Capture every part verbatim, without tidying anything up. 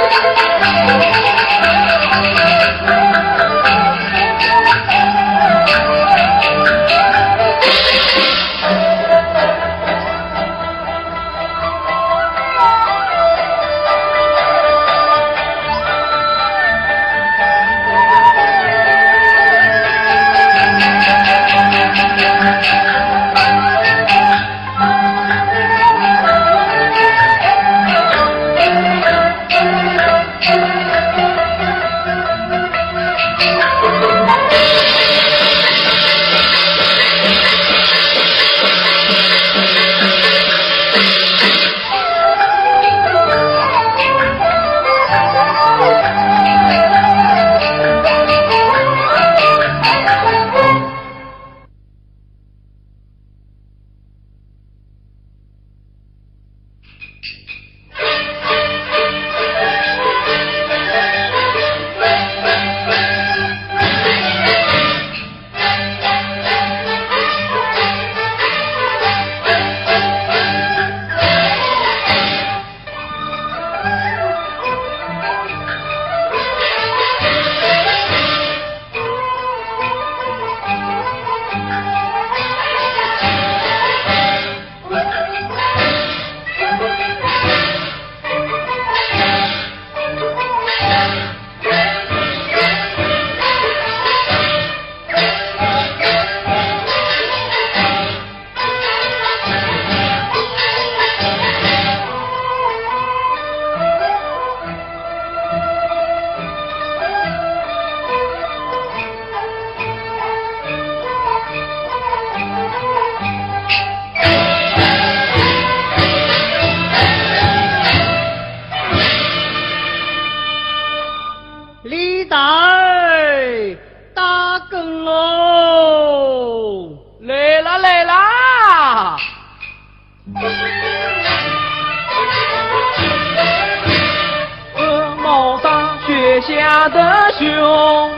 下的熊，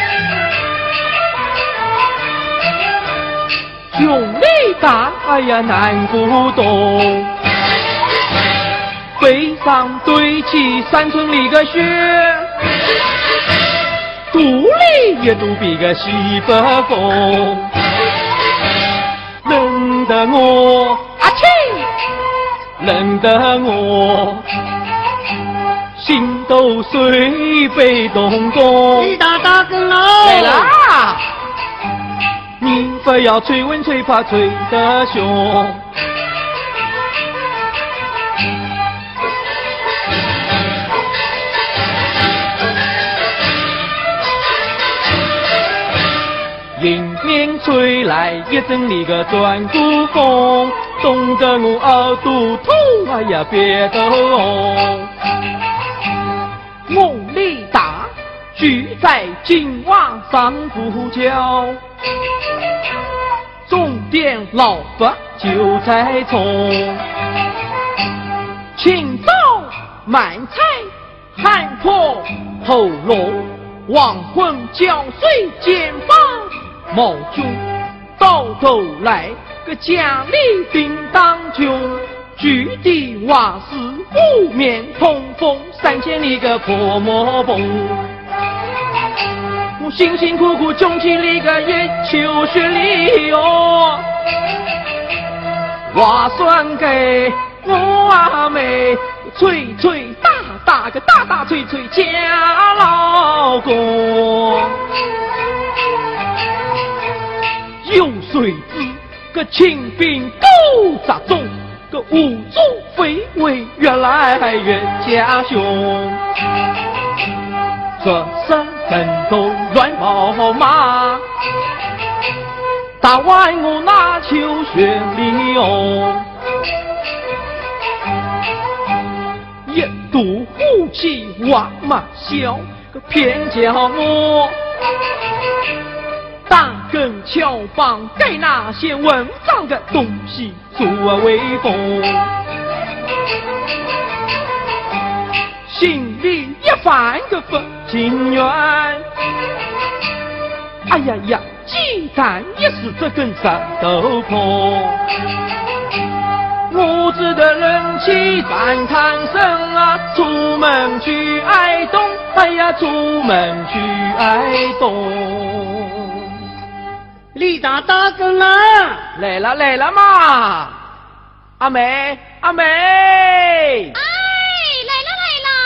胸力大呀难不动，背上堆起三寸里个雪，肚里也肚比个西北风，冷得我啊嚏，冷得我心都碎被冻冻。 你打大更喽！ 来啦！你非要吹温吹怕吹得凶。迎面吹来一阵那个转骨风，冻得我耳朵痛，哎呀别头红。我力大，举在金瓦上不叫，重点老伯就在冲，清早买菜喊破喉咙，黄昏浇水剪发毛猪，到头来个家里叮当穷，举地瓦斯屋面通风，三千里个破磨崩。我辛辛苦苦种起了个一秋雪里哟，瓦算给我阿妹吹吹打打个大大吹吹家老公。有谁知个清兵狗杂种，个五族非为越来越加凶，这身人头乱毛马，打完我那秋雪里哦，一肚虎气哇嘛笑，个偏叫我大根敲棒给那些文章的东西作威风，心里一翻个不情愿。哎呀呀，鸡蛋也是这根山头坡，我只得忍气赞叹声啊，出门门去挨冻，哎呀，出门去挨冻。 李大大哥啊， 来了来了嘛！阿梅阿梅，哎， 来了来了！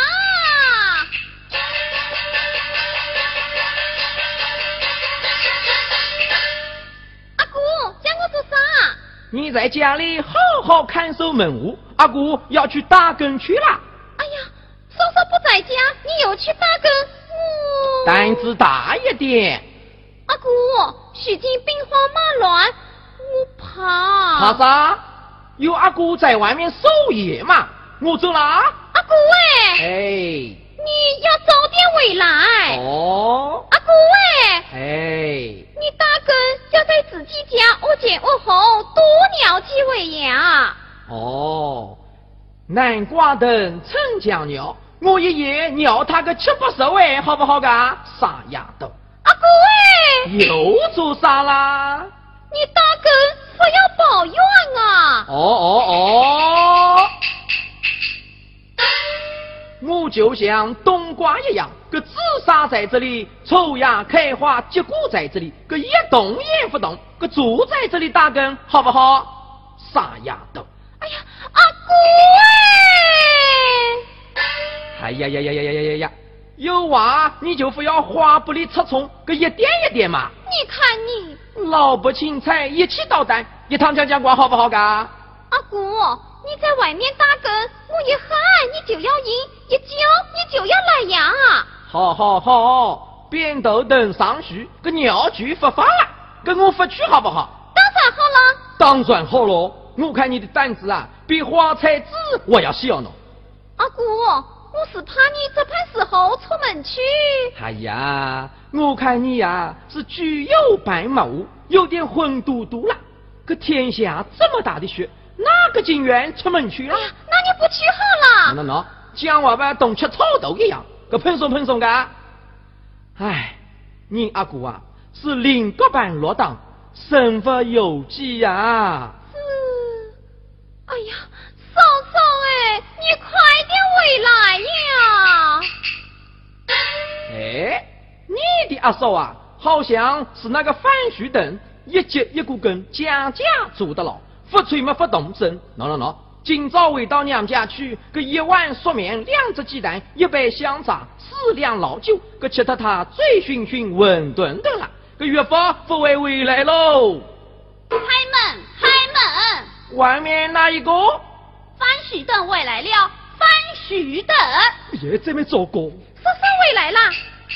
阿姑，叫我做啥？ 你在家里好好看守门务，阿姑要去打更去了。 哎呀，嫂嫂不在家，你又去打更，我胆子大一点。 阿姑，许今兵荒马乱，我怕。 怕啥？有阿姑在外面守夜嘛。我走了。 阿姑哎。 哎。 你要早点回来。 哦。 阿姑哎。 哎。 你打更要在自己家屋前屋后多尿几回呀。 哦。南瓜灯陈家尿，我一夜尿他个七八十回，好不好噶？傻丫头。 阿姑哎。 又做啥啦？ 你打更不要抱怨啊！ 哦哦哦！我就像冬瓜一样，个紫砂在这里，丑芽开花，结果在这里，个一动也不动，个住在这里打更，好不好？傻丫头！ 哎呀，阿姑哎！哎呀呀呀呀呀呀呀呀！有娃你就不要花不里吃葱，个一点一点嘛。 你看你。 老不青菜一起捣蛋，一趟讲讲话好不好噶？ 阿姑，你在外面打更，我一喊你就要应，一叫你就要来呀。 好好好，扁豆等上去，个尿具不发了，跟我发去好不好？ 当然好了。 当然好了，我看你的胆子啊，比花菜籽我要小呢。 阿姑，我是怕你这盘时候出门去。 哎呀，我看你呀、啊、是具有白毛，有点昏嘟嘟了。可天下这么大的雪，哪个情愿出门去了？ 哎呀，那你不去好了。 喏喏，讲话吧，动吃草豆一样，个喷松喷松的。哎，你阿姑啊，是领个班落档，身不由己呀。 是，哎呀，嫂嫂哎，你快点回来呀！ 哎，你的阿嫂啊，好像是那个番薯灯，一节一股根，家家做得牢，不吹没不动身。喏喏喏，今早回到娘家去，个一碗熟面，两只鸡蛋，一杯香茶，四两老酒，个吃得他醉醺醺，混沌的了。个岳父不会回来喽。 开门，开门！ 外面那一个？ 番薯灯回来了，番薯灯。 也这么糟糕。 嫂嫂回来啦！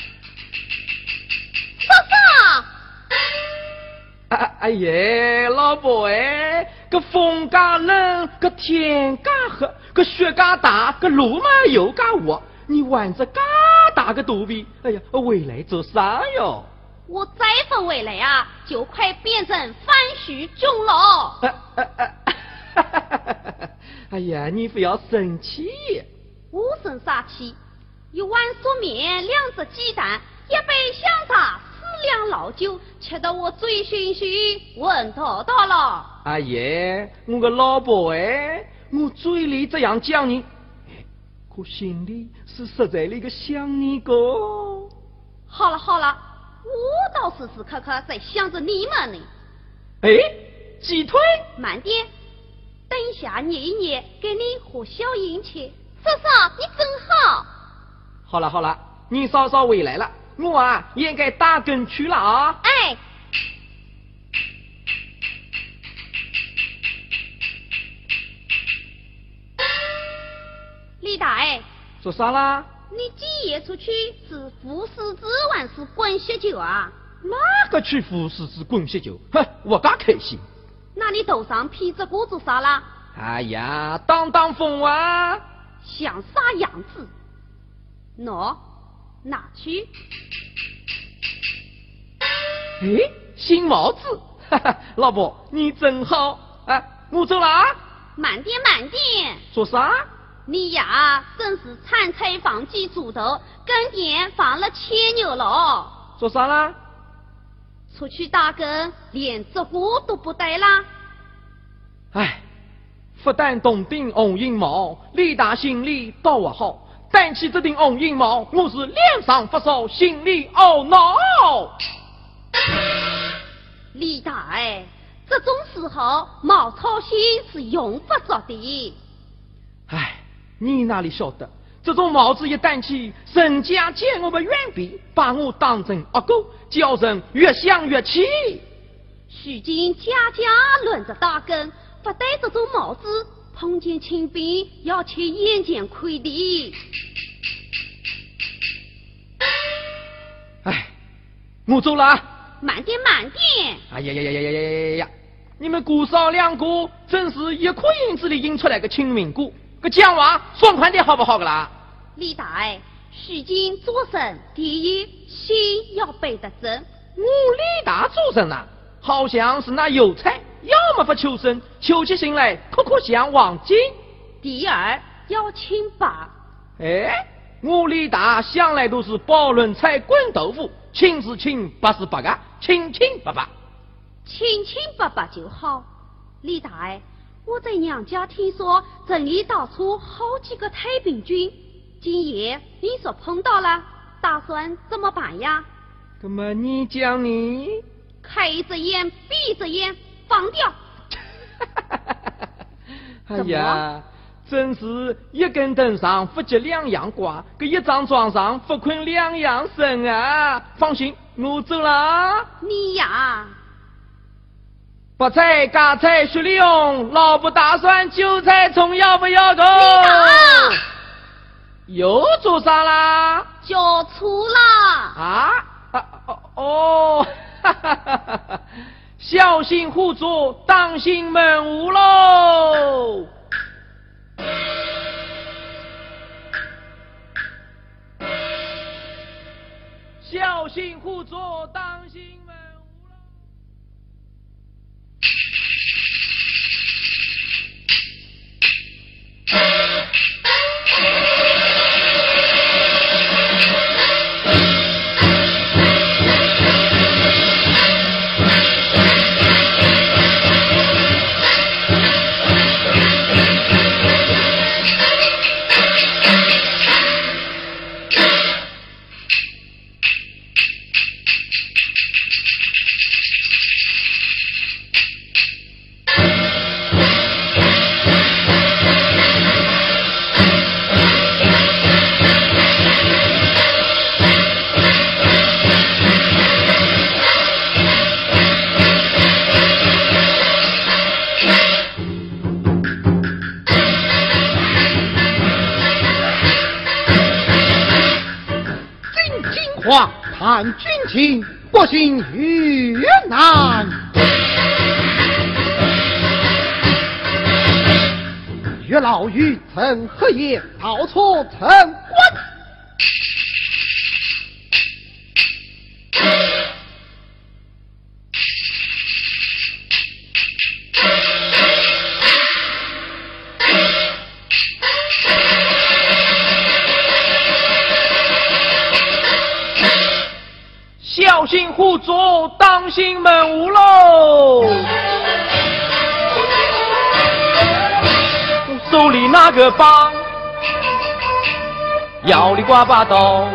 嫂嫂。 哎哎呀，老婆哎，个风嘎冷，个天嘎黑，个雪嘎大，个路嘛又嘎滑，你玩着嘎大个肚皮，哎呀，回来做啥哟？ 我再不回来啊，就快变成番薯中了。 哎哎哎，哎呀，你不要生气。 我生啥气？一碗素面，两只鸡蛋，一杯香茶，四两老酒，吃得我醉醺醺，昏倒倒了。 哎呀，我个老婆哎，我嘴里这样讲你，可心里是实在那个想你个。 好了好了，我倒时时刻刻在想着你们呢。 哎，鸡腿， 慢点，等一下捏一捏，给你和小英去。嫂嫂，你真好。 好了好了，你嫂嫂回来了，我啊也该打更去了啊。 哎。李大爷。 说啥啦？ 你几夜出去是富士子还是滚雪酒啊？ 哪个去富士子滚雪酒？哼，我嘎开心。 那你头上披着锅做啥啦？ 哎呀，当当风啊！ 像啥样子？喏，拿去。 哎，新帽子，哈哈，老婆你真好啊！我走了啊。 慢点慢点。 说啥？ 你呀，真是残菜放鸡猪头，跟店放了切牛了。 说啥啦？ 出去打更，连这锅都不带啦。 唉，不但洞顶红缨帽，李大心里倒也好， 戴起这顶红缨帽，我是脸上发烧，心里懊恼。 李大哎，这种时候冒操心是用不着的。 唉，你哪里晓得，这种帽子一戴起，人家见我们远避，把我当成恶狗，叫人越想越气。 如今家家轮着打更，不戴这种帽子，碰见亲兵要去眼前亏的。 唉，我走了。 慢点，慢点！ 哎呀呀呀呀呀呀呀呀！你们姑嫂两个真是一颗银子里引出来个亲民股，个讲话爽快点好不好个啦？ 李大哎，如今做人第一，心要背得正。 我李大做人呐、啊，好像是那油菜，要么不求生，求起心来颗颗像黄金。 第二要清白。 哎，我李大向来都是包轮菜滚豆腐。亲是亲，八是八个，亲亲爸爸， 亲亲爸爸就好。李大哎，我在娘家听说镇里到处好几个太平军，今夜你说碰到了，打算怎么办呀？ 那么你讲你开一只眼闭一只眼，放掉。 哎呀，真是一根灯上不结两样瓜，个一张床上不困两样身啊！放心，我走了。 你呀， 白菜、嘎菜、雪里用，老不打算韭菜、葱要不要够？又做啥啦？ 叫醋啦！ 啊啊哦哦！哈哈哈哈！小心互助，当心门户喽！小心互助，当心门户喽！ 况谈军情，不行越难。岳老于曾何言？到错城关。 小心互助，当心门户喽！手里拿个棒，腰里挂把刀，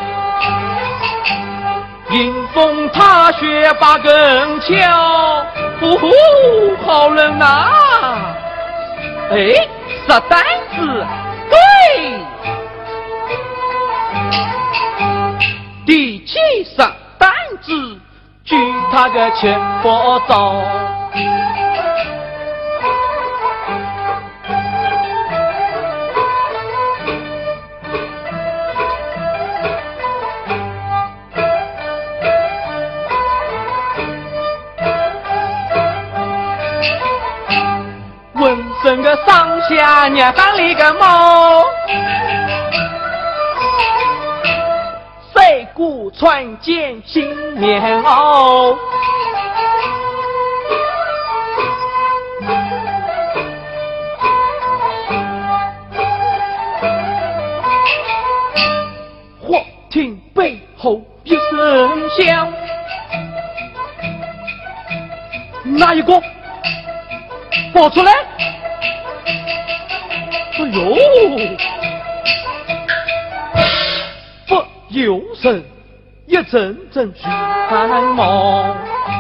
迎风踏雪把根敲，呼呼，好冷呐、啊！哎，这单子对，第七十单子，举他个前佛刀。问声个上下娘喊里个猫，谁顾穿件新棉袄？或听背后一声响，哪一个跑出来？哎呦！ 有神，一阵阵虚寒梦。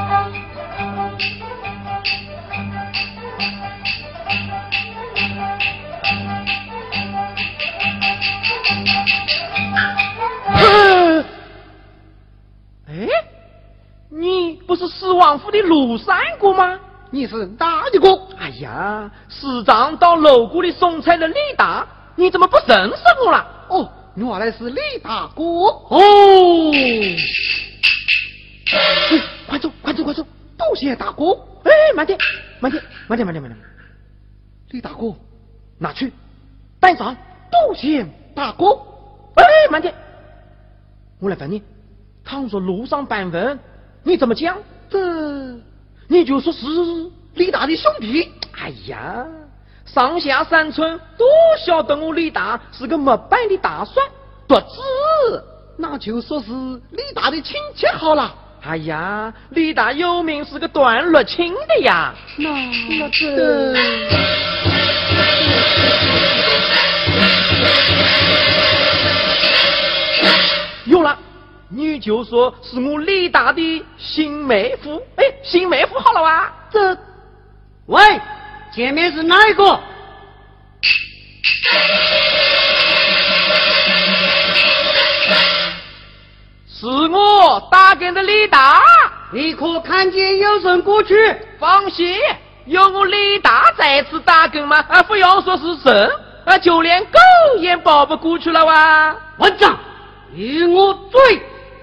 哎，你不是十王府的陆三姑吗？ 你是哪一个？ 哎呀，市长到楼姑里送菜的李大，你怎么不认识我了？ 哦，原来是李大哥。 哦， 哎，快走，快走，快走！多谢大哥。 哎，慢点，慢点，慢点，慢点，慢点。 李大哥， 拿去，带上。 多谢大哥。 哎，慢点，我来问你，倘说路上办问，你怎么讲？ 这你就说是李大的兄弟。 哎呀，上下三村都晓得我李大是个没败的大帅，夺子， 那就说是李大的亲戚好了。 哎呀，李大有名是个段落清的呀。 那那这有了，你就说是我李大的新妹夫。哎，新妹夫好了哇。 这， 喂，前面是哪一个？ 是我打给的李大。 你可看见有人过去？ 放心，有我李大在此打更吗？啊，不要说是神，啊，就连狗也保不过去了哇。 混账，与我追！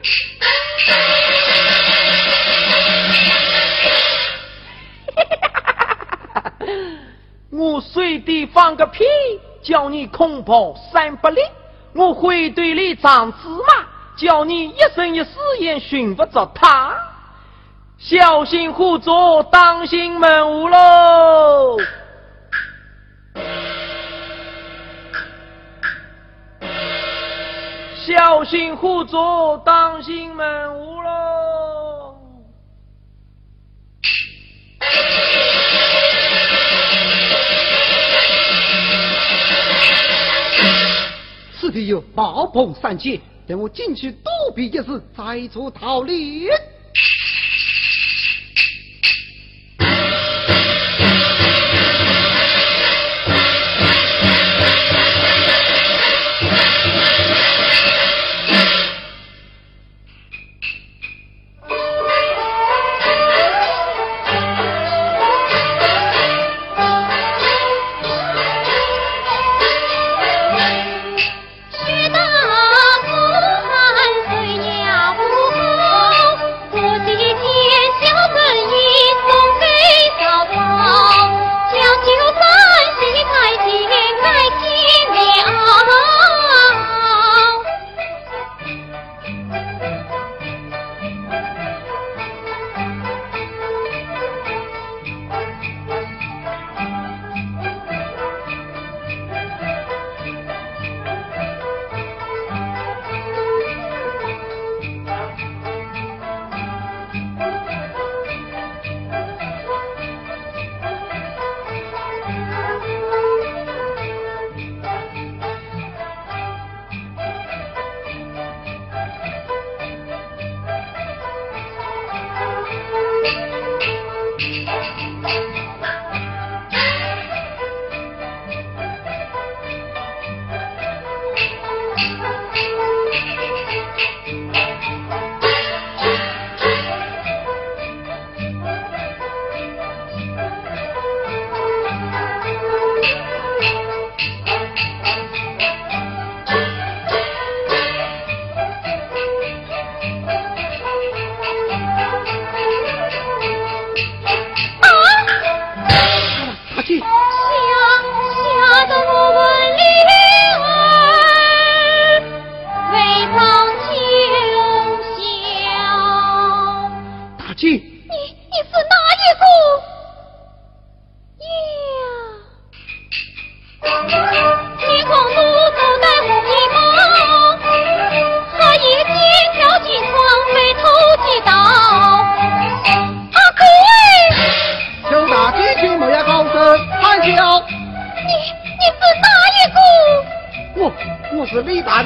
我随地放个屁，叫你恐跑三百里；我回队里长芝麻，叫你一生一世也寻不着他。小心护着，当心门户喽！小心护着，当心门户喽！ 此地有爆棚三劫，等我进去躲避一时，再出逃离。 雪大孤寒，水鸟不够。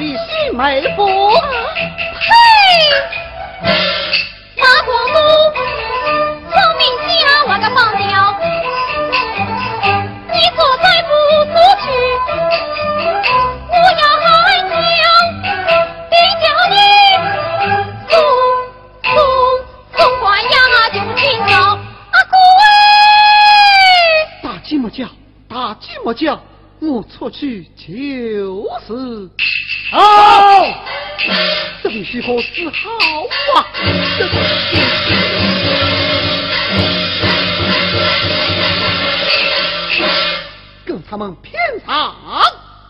里须妹夫？ 呸！马国公，聪明家我个放掉，你坐在不出去，我要喊叫，定叫你送送送官呀就听到阿姑哎！ 大鸡莫叫，大鸡莫叫，我出去就是。好，这必须可是好啊！跟他们偏场。 妈，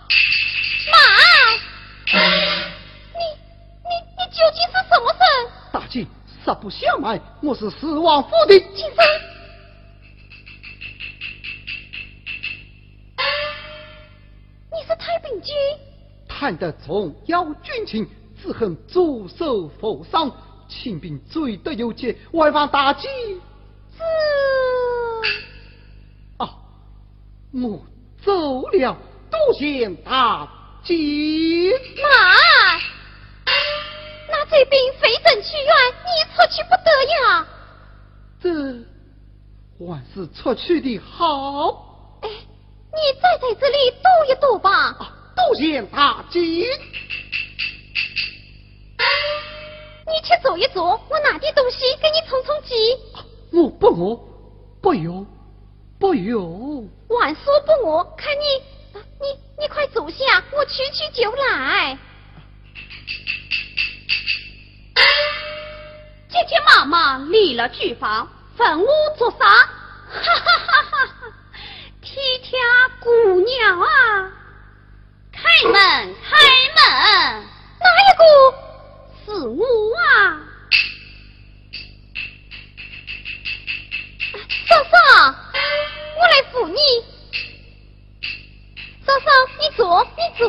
你你你究竟是什么人？ 大姐，实不相瞒，我是四王府的金生。你是太平军？ 看得重要军情，只恨驻守佛上，秦兵追得有节，外望大计。 是啊，我走了，多谢大姐。 妈，那这兵非正去远，你出去不得呀。 这还是出去的好。 哎，你再在这里躲一躲吧。 啊，多谢大姐。你去走一走，我拿点东西给你充充饥。 我不饿，不有，不有。 晚说不饿，看你，你你快坐下，我去去就来。姐姐妈妈离了剧房，分我做啥？哈哈哈哈哈！体贴姑娘啊！开门，开门！哪一个？是我啊！嫂嫂，我来扶你。嫂嫂，你坐，你坐。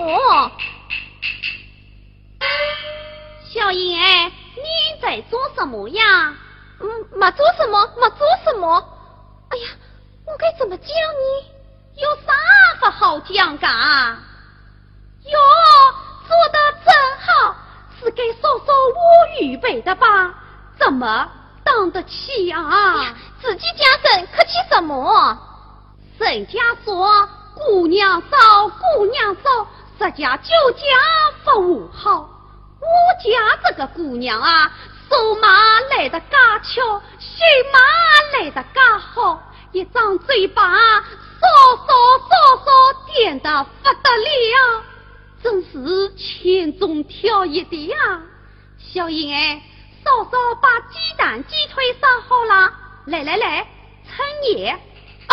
小英哎，你在做什么呀？嗯，没做什么，没做什么。哎呀，我该怎么讲你？有啥法好讲噶？哟，做得真好。是给嫂嫂我预备的吧？怎么当得起啊？自己家人客气什么？人家说姑娘少，姑娘少，十家九家服务好。我家这个姑娘啊，手马来得嘎巧，血马来得嘎好，一张嘴巴，嗦嗦嗦嗦点得不得了。真是千中挑一的呀！小英哎，嫂嫂把鸡蛋鸡腿烧好了，来来来，趁热。哎呀，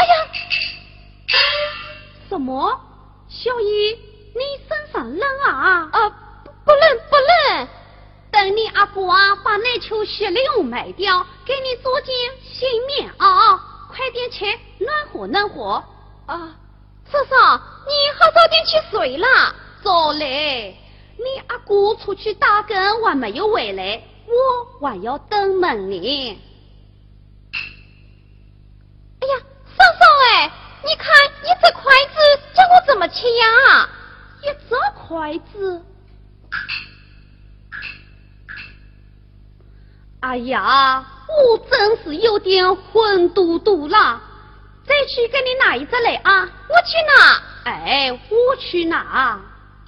什么？小英，你身上冷啊？啊，不冷不冷。等你阿婆啊把那球雪溜卖掉，给你做件新棉袄，快点去暖和暖和。啊，嫂嫂，你好早点去睡了。走嘞，你阿姑出去打更还没有回来，我还要等门呢。哎呀，嫂嫂哎，你看一只筷子叫我怎么吃呀？一只筷子。哎呀，我真是有点混嘟嘟了。再去给你拿一只来啊！我去拿。哎，我去拿。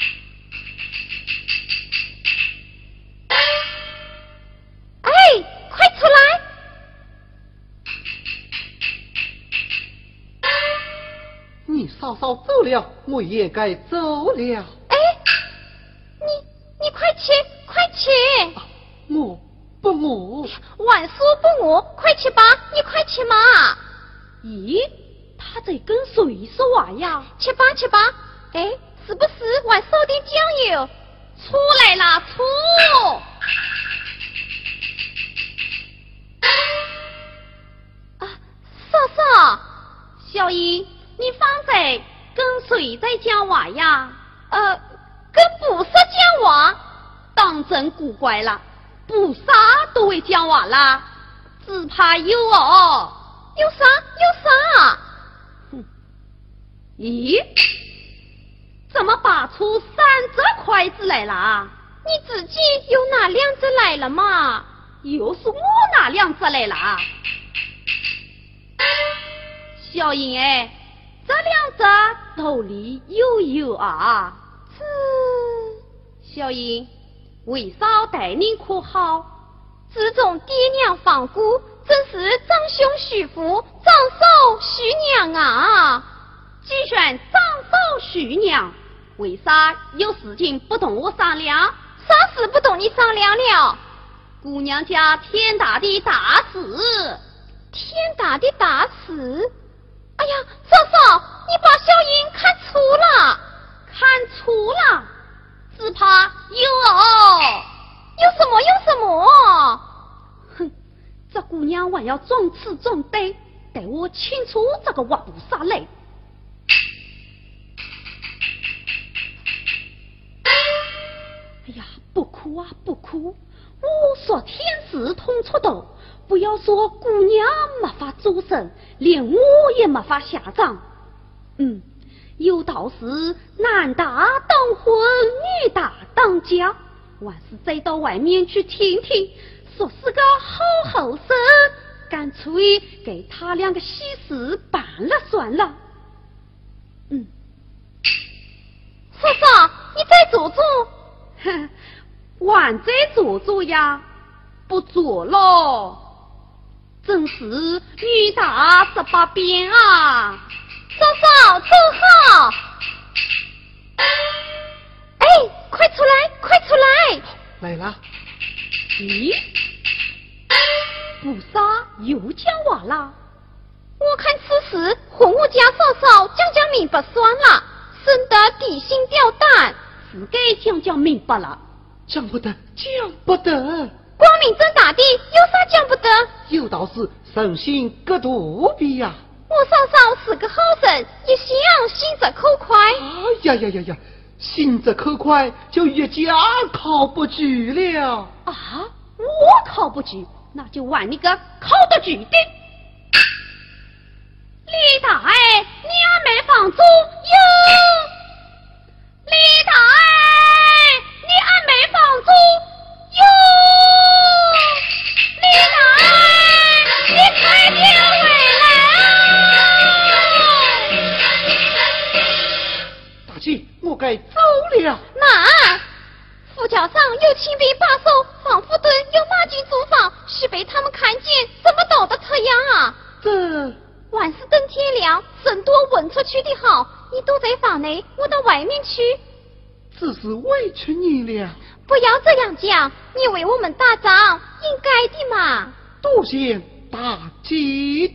哎，快出来！ 你嫂嫂走了，我也该走了。 哎，你你快去，快去！ 啊、我不饿。 晚说不饿，快去吧，你快去嘛！咦，他在跟谁说话呀？去吧，去吧。哎，是不是晚烧点酱油？出来了，出！啊，嫂嫂，小英，你方才跟谁在讲话呀？呃，跟菩萨讲话，当真古怪了。菩萨都会讲话啦，只怕有哦。有啥？有啥？哼，咦， 怎么拔出三只筷子来了？ 你自己又拿两只来了嘛？ 又是我拿两只来了。小英哎，这两只兜里有有啊。 这小英，为啥待你可好？ 自从爹娘放过，真是长兄许福，长嫂许娘啊！ 既然长嫂许娘，为啥有事情不同我商量？ 啥事不同你商量了？ 姑娘家天大的大事。 天大的大事？哎呀，嫂嫂，你把小英看粗了， 看粗了，只怕有哦。 有什么？有什么？ 哼，这姑娘还要装痴装呆，待我清楚这个挖布杀来。哎呀，不哭啊，不哭！我说天时通出头，不要说姑娘没法做声，连我也没法下葬。嗯，有道是男大当婚，女大当嫁。还是再到外面去听听，说是个好后生，干脆给他两个喜事办了算了。嗯， 嫂嫂，你再做做。 哼，还在做做呀？不做喽。真是女大十八变啊！ 嫂嫂，走好。哎，快出来，快出来！ 来了。 咦，不杀又讲话了。 我看此事和我家嫂嫂讲讲明白算了，省得提心吊胆。 自该讲讲明白了。 讲不得，讲不得。 光明正大的，有啥讲不得？ 有道是神仙隔肚皮呀。 我嫂嫂是个好人，一向心直口快。 哎呀呀呀呀！心直口快，就越加靠不住了。 啊，我靠不住，那就玩你个靠得住的。李大爷，你还没放猪哟？李大爷，你还没放猪哟？李大爷，你快点回来啊！ 大姐，我该走了。 妈，府桥上有清兵把守，防府墩有马军驻防，是被他们看见，怎么躲得这样啊？ 这万事等天亮，人多闻出去的好。你躲在房内，我到外面去。 只是委屈你了。 不要这样讲，你为我们打仗，应该的嘛。 多谢大姐。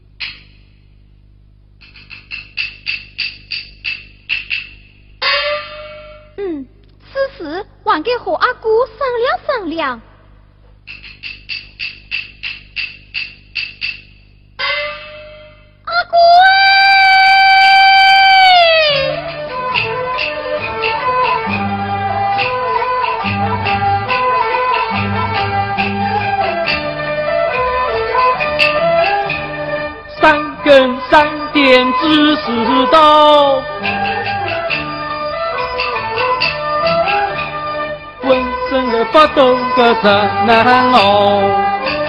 嗯，此事还给和阿姑商量商量。阿姑三根三点知识道，浑身的发抖个真难熬。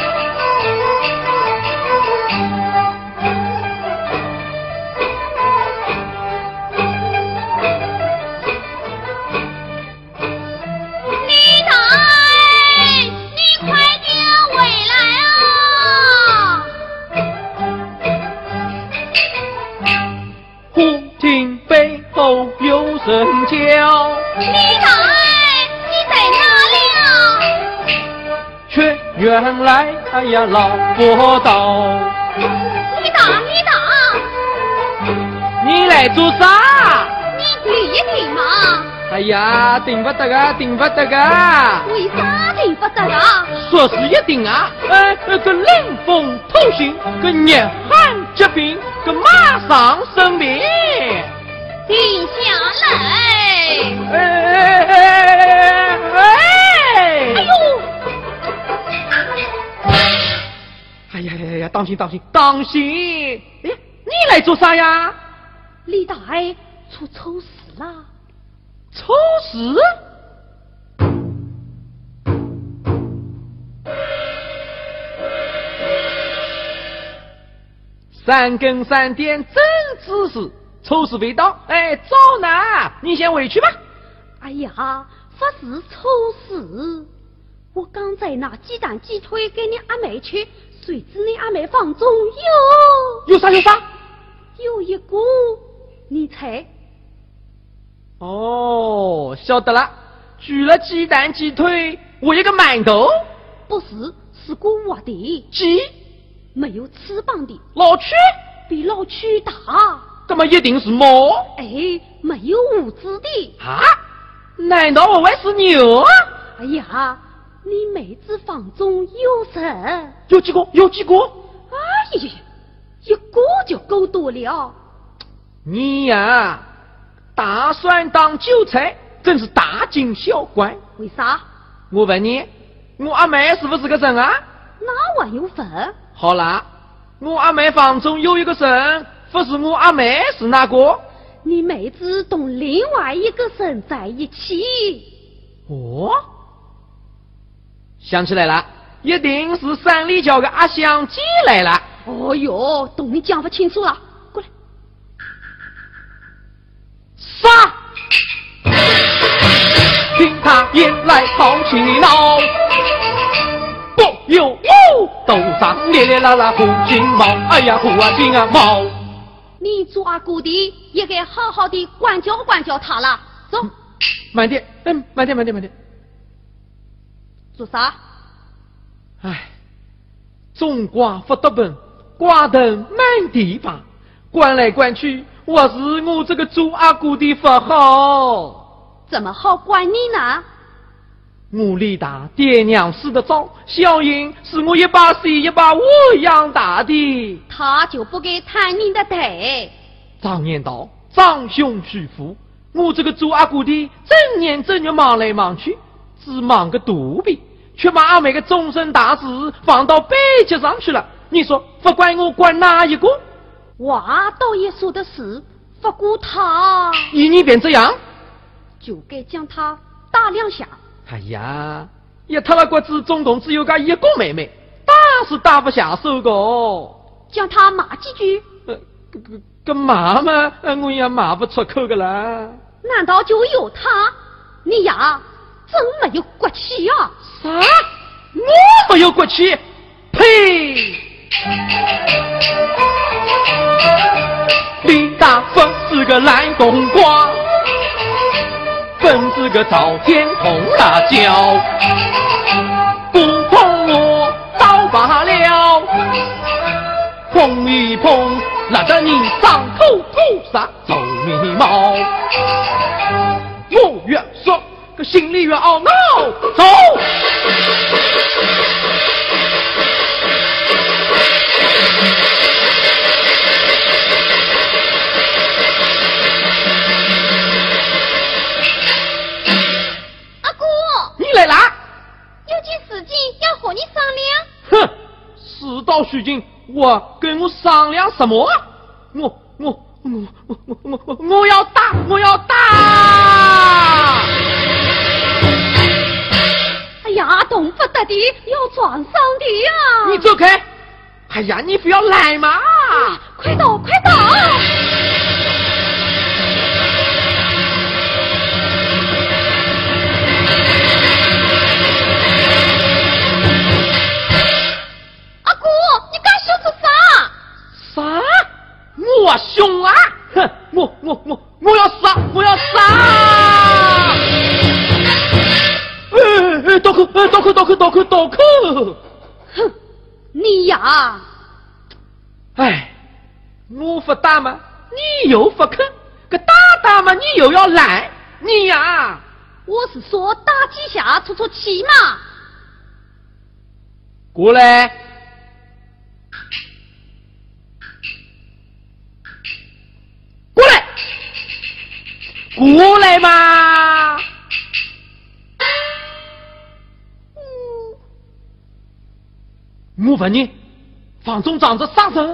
人叫李大爷，你在哪里啊？ 却原来哎呀老不到。 李大李大， 你来做啥？ 你理一理嘛。 哎呀，顶不得啊，顶不得啊！ 为啥顶不得啊？ 说是一顶啊，呃，个冷风透心，个热汗疾病，个马上生病。 停下来！ 哎哎哎哎！ 哎呦！ 哎呀呀呀！当心当心当心！哎，你来做啥呀？ 李大爷出丑事了。 丑事？三更三点正子时，丑事未到。哎，走呢，你先回去吧。 哎呀，不是丑事，我刚在拿鸡蛋鸡腿给你阿妹吃，谁知你阿妹房中有有啥有啥？ 有一个，你猜？ 哦，晓得了，除了鸡蛋鸡腿，我一个馒头。 不是，是个活的鸡， 没有翅膀的老曲， 比老曲大。 那么一定是猫。 哎，没有胡子的啊？难道我会是牛啊？ 哎呀，你妹子房中有人？ 有几个？有几个？ 哎呀，一个就够多了。 你呀，打算当韭菜，真是大惊小怪。 为啥？ 我问你，我阿妹是不是个人啊？ 哪还有分？ 好啦，我阿妹房中有一个人，不是我阿妹是哪个？ 你妹子同另外一个人在一起。 哦，想起来了，一定是三里桥的阿香姐来了。 哦哟，懂你讲不清楚了，过来。 杀！听他言来好气恼，不由我头上咧咧啦啦胡金毛，哎呀胡啊金啊毛！ 你做阿姑的也该好好的管教管教他了。走， 慢点，嗯，慢点，慢点，慢点。 做啥？ 唉，种瓜不得本，瓜藤满地爬，管来管去，我是我这个做阿姑的不好。 怎么好管你呢？ 我李大爹娘死得早，小英是我一把水一把我养大的， 他就不该谈你的对。 常言道，长兄须父，我这个做阿姑的整年整月忙来忙去，只忙个肚皮，却把阿妹个终身大事放到背脊上去了。你说不管我管哪一个？ 话倒也说的是，不过他依你便这样， 就该将他打两下。 哎呀，一塌了骨子，总共只有个一个妹妹，打是打不下手的。 将他骂几句。 呃，个个骂嘛，我也骂不出口的啦。 难道就有他？你呀，真没有骨气啊！ 啥？我没有骨气？呸！李大凤是个烂冬瓜，本是个朝天红辣椒，不碰我倒罢了，碰一碰拉着你伤口吐啥臭眉毛。我越说个心里越懊恼。走。来啦！ 有件事情要和你商量。 哼，事到如今，我跟我商量什么？我我我我我我我要打，我要打！ 哎呀，动不得的，要撞上的呀！ 你走开！哎呀，你不要来嘛！ 啊、快倒，快倒！ 我凶啊！哼，我我我我要杀！我要杀！哎哎，刀口！哎，刀口！刀口！刀口！刀口！ 哼，你呀！ 哎，我不打嘛，你又不肯；个打打嘛，你又要来，你呀！ 我是说打几下出出气嘛。 过来。过来嘛！我问你，房中长着啥人？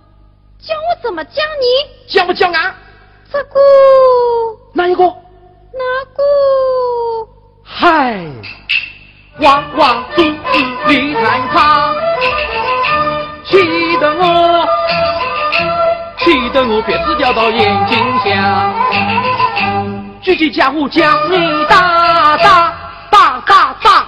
讲我怎么讲你？ 讲不讲啊？ 这个哪一个？ 那个， 嗨，往往阻止离开他，气得我，气得我鼻子掉到眼睛下，举起家伙将你打打打打打，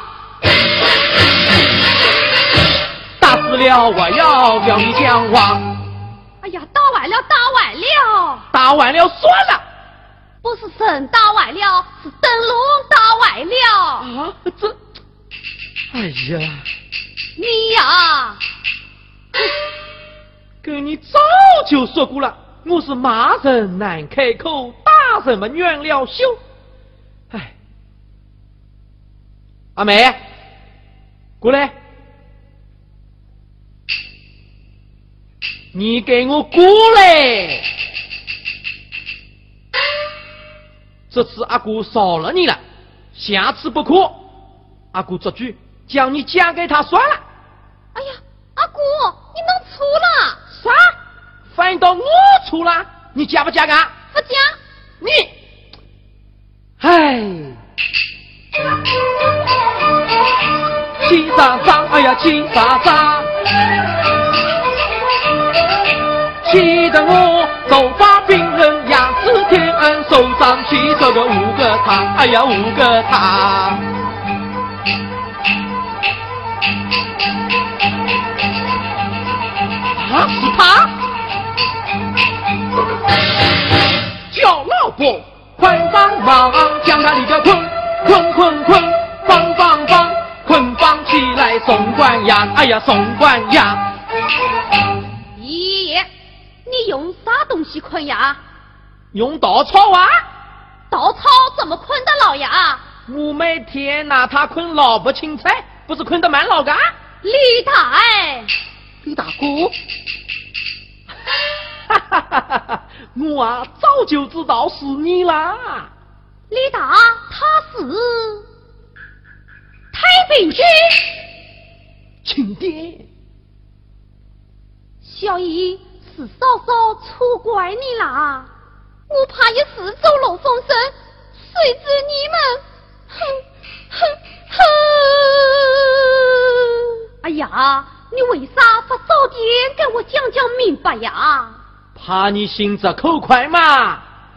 打死了我要叫你讲话。 哎呀，打完了，打完了， 打完了算了。 不是神打完了，是灯笼打完了。 啊，这，哎呀， 你呀， 跟你早就说过了，我是骂人难开口，打人嘛怨了羞。哎，阿梅，过来，你给我过来。这次阿姑饶了你了，下次不可。阿姑做主，叫你嫁给他算了。 哎呀，阿姑，你弄错了。 啥？反倒我错了？你嫁不嫁啊？ 不嫁。 你，唉，气啥啥？哎呀，气啥啥？气得我头发冰冷，牙齿天恩，手上骑着个五个他，哎呀，五个他。啊，是他？叫老婆快帮忙，将他里个捆捆捆捆，绑绑绑，捆绑起来送官衙，哎呀，送官衙。 咦，你用啥东西捆呀？ 用稻草啊！ 稻草怎么捆得牢呀？ 我每天拿它捆萝卜青菜，不是捆得蛮牢噶？ 李大哎， 李大哥， 哈哈哈哈哈！我啊，早就知道是你啦。 李大他是太平军亲爹， 小姨是嫂嫂错怪你啦。 我怕一时走漏风声，谁知你们，哼哼哼！ 哎呀，你为啥不早点给我讲讲明白呀？ 怕你心直口快嘛。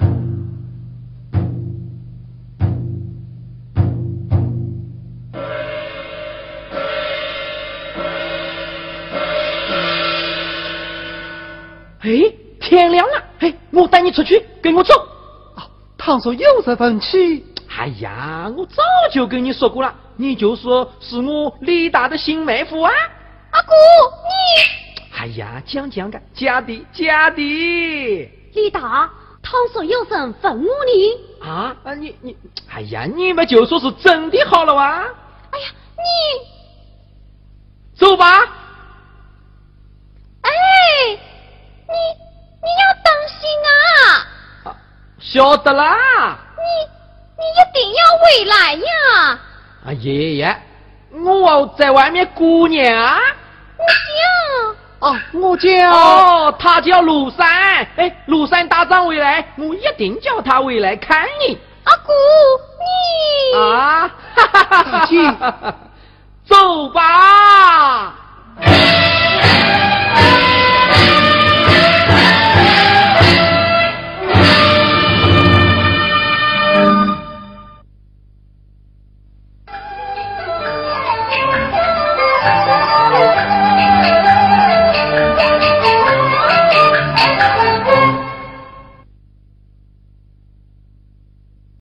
哎，天亮了，哎，我带你出去，跟我走。 啊，倘若有这份气， 哎呀，我早就跟你说过了，你就说是我李大的新妹夫啊。 阿姑，你， 哎呀，讲讲个，假的假的。 李大，倘若有人问我你啊啊，你你，哎呀，你们就说是真的好了哇。 哎呀，你， 走吧。 哎，你你要当心啊！ 啊，晓得啦。 你你一定要回来呀！ 啊，爷爷，我在外面姑娘。 你讲。 啊，我叫哦，他叫庐山。哎，庐山大长回来，我一定叫他回来看你。 阿姑，你啊，哈哈哈哈哈！走吧。